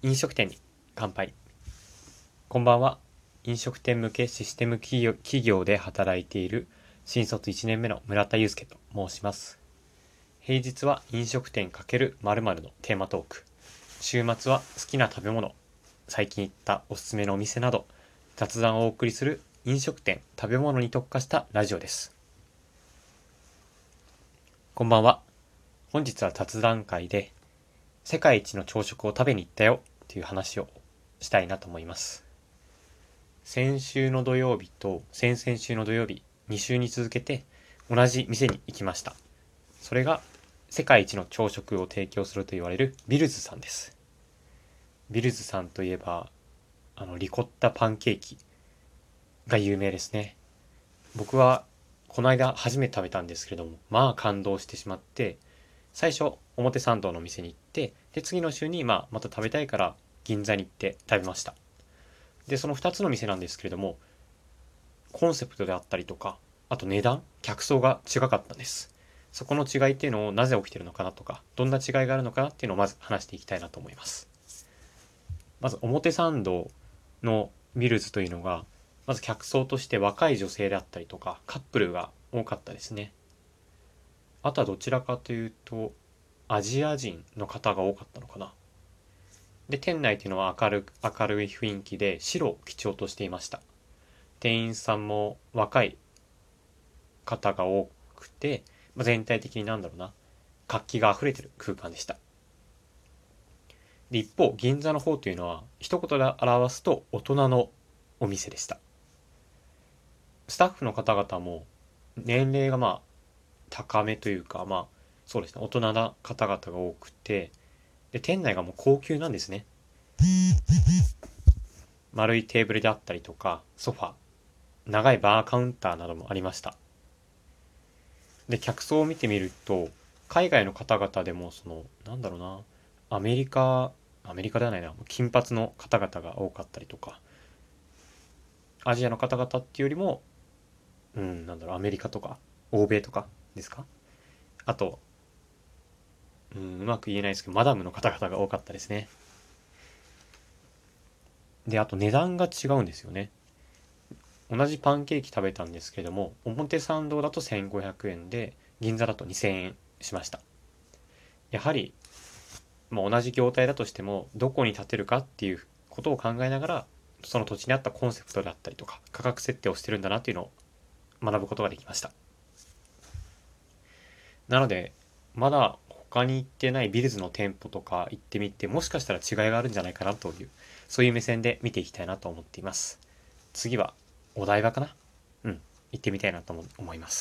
飲食店に乾杯。こんばんは。飲食店向けシステム企業で働いている新卒1年目の村田祐介と申します。平日は飲食店×〇〇のテーマトーク。週末は好きな食べ物、最近行ったおすすめのお店など雑談をお送りする飲食店食べ物に特化したラジオです。こんばんは。本日は雑談会で世界一の朝食を食べに行ったよという話をしたいなと思います。先週の土曜日と先々週の土曜日、2週に続けて同じ店に行きました。それが世界一の朝食を提供すると言われるビルズさんです。ビルズさんといえば、リコッタパンケーキが有名ですね。僕はこの間初めて食べたんですけれども、まあ感動してしまって、最初表参道の店に行って、で次の週にまた食べたいから銀座に行って食べました。でその2つの店なんですけれども、コンセプトであったりとか、あと値段、客層が違かったんです。そこの違いっていうのをなぜ起きてるのかなとか、どんな違いがあるのかなっていうのをまず話していきたいなと思います。まず表参道のビルズというのが、まず客層として若い女性であったりとかカップルが多かったですね。あとはどちらかというとアジア人の方が多かったのかな。で店内というのは明るい雰囲気で白を基調としていました。店員さんも若い方が多くて、全体的に活気が溢れてる空間でした。で一方銀座の方というのは一言で表すと大人のお店でした。スタッフの方々も年齢が高めというか、そうですね、大人な方々が多くて、で店内がもう高級なんですね。丸いテーブルであったりとかソファ、長いバーカウンターなどもありました。で客層を見てみると、海外の方々でもアメリカアメリカではないな、金髪の方々が多かったりとか、アジアの方々っていうよりも、アメリカとか欧米とかですか。あと、うまく言えないですけどマダムの方々が多かったですね。であと値段が違うんですよね。同じパンケーキ食べたんですけれども、表参道だと1500円で銀座だと2000円しました。やはり、同じ業態だとしてもどこに建てるかっていうことを考えながら、その土地に合ったコンセプトだったりとか価格設定をしてるんだなっていうのを学ぶことができました。なのでまだ他に行ってないビルズの店舗とか行ってみて、もしかしたら違いがあるんじゃないかなという、そういう目線で見ていきたいなと思っています。次はお台場かな。行ってみたいなと思います。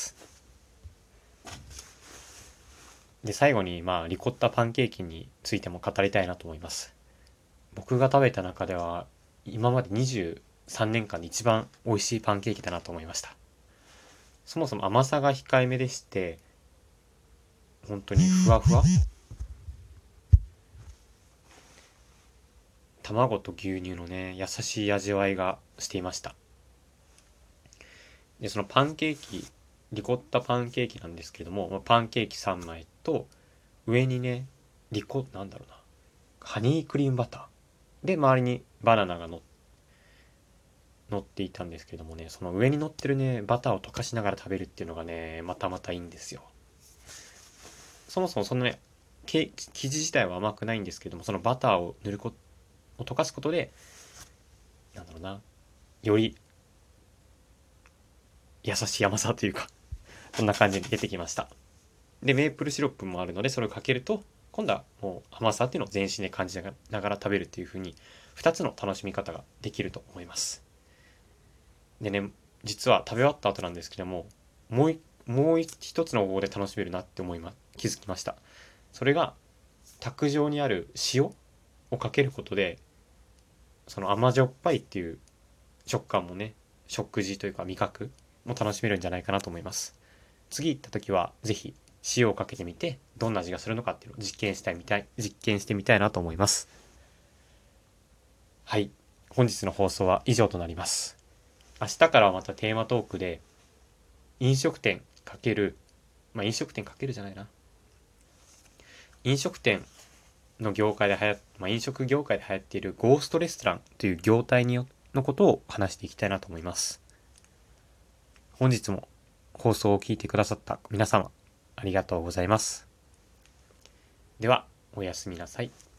で最後にリコッタパンケーキについても語りたいなと思います。僕が食べた中では今まで23年間で一番美味しいパンケーキだなと思いました。そもそも甘さが控えめでして、本当にふわふわ、卵と牛乳のね優しい味わいがしていました。でそのパンケーキ、リコッタパンケーキなんですけども、パンケーキ3枚と上にね、リコハニークリームバターで周りにバナナが乗っていたんですけどもね、その上に乗ってるねバターを溶かしながら食べるっていうのがね、またまたいいんですよ。そもそもそのね、生地自体は甘くないんですけども、そのバターを溶かすことで、なんだろうな、より優しい甘さというか、そんな感じに出てきました。でメープルシロップもあるので、それをかけると今度はもう甘さっていうのを全身で感じながら食べるっていう風に、2つの楽しみ方ができると思います。でね、実は食べ終わった後なんですけども、もう一つの方法で楽しめるなって気づきました。それが卓上にある塩をかけることで、その甘じょっぱいっていう食感もね、食事というか味覚も楽しめるんじゃないかなと思います。次行った時はぜひ塩をかけてみて、どんな味がするのかっていうのを実験してみたいなと思います。はい。本日の放送は以上となります。明日からはまたテーマトークで、飲食店かける、飲食店かけるじゃないな。飲食店の業界で飲食業界で流行っているゴーストレストランという業態のことを話していきたいなと思います。本日も放送を聞いてくださった皆様、ありがとうございます。では、おやすみなさい。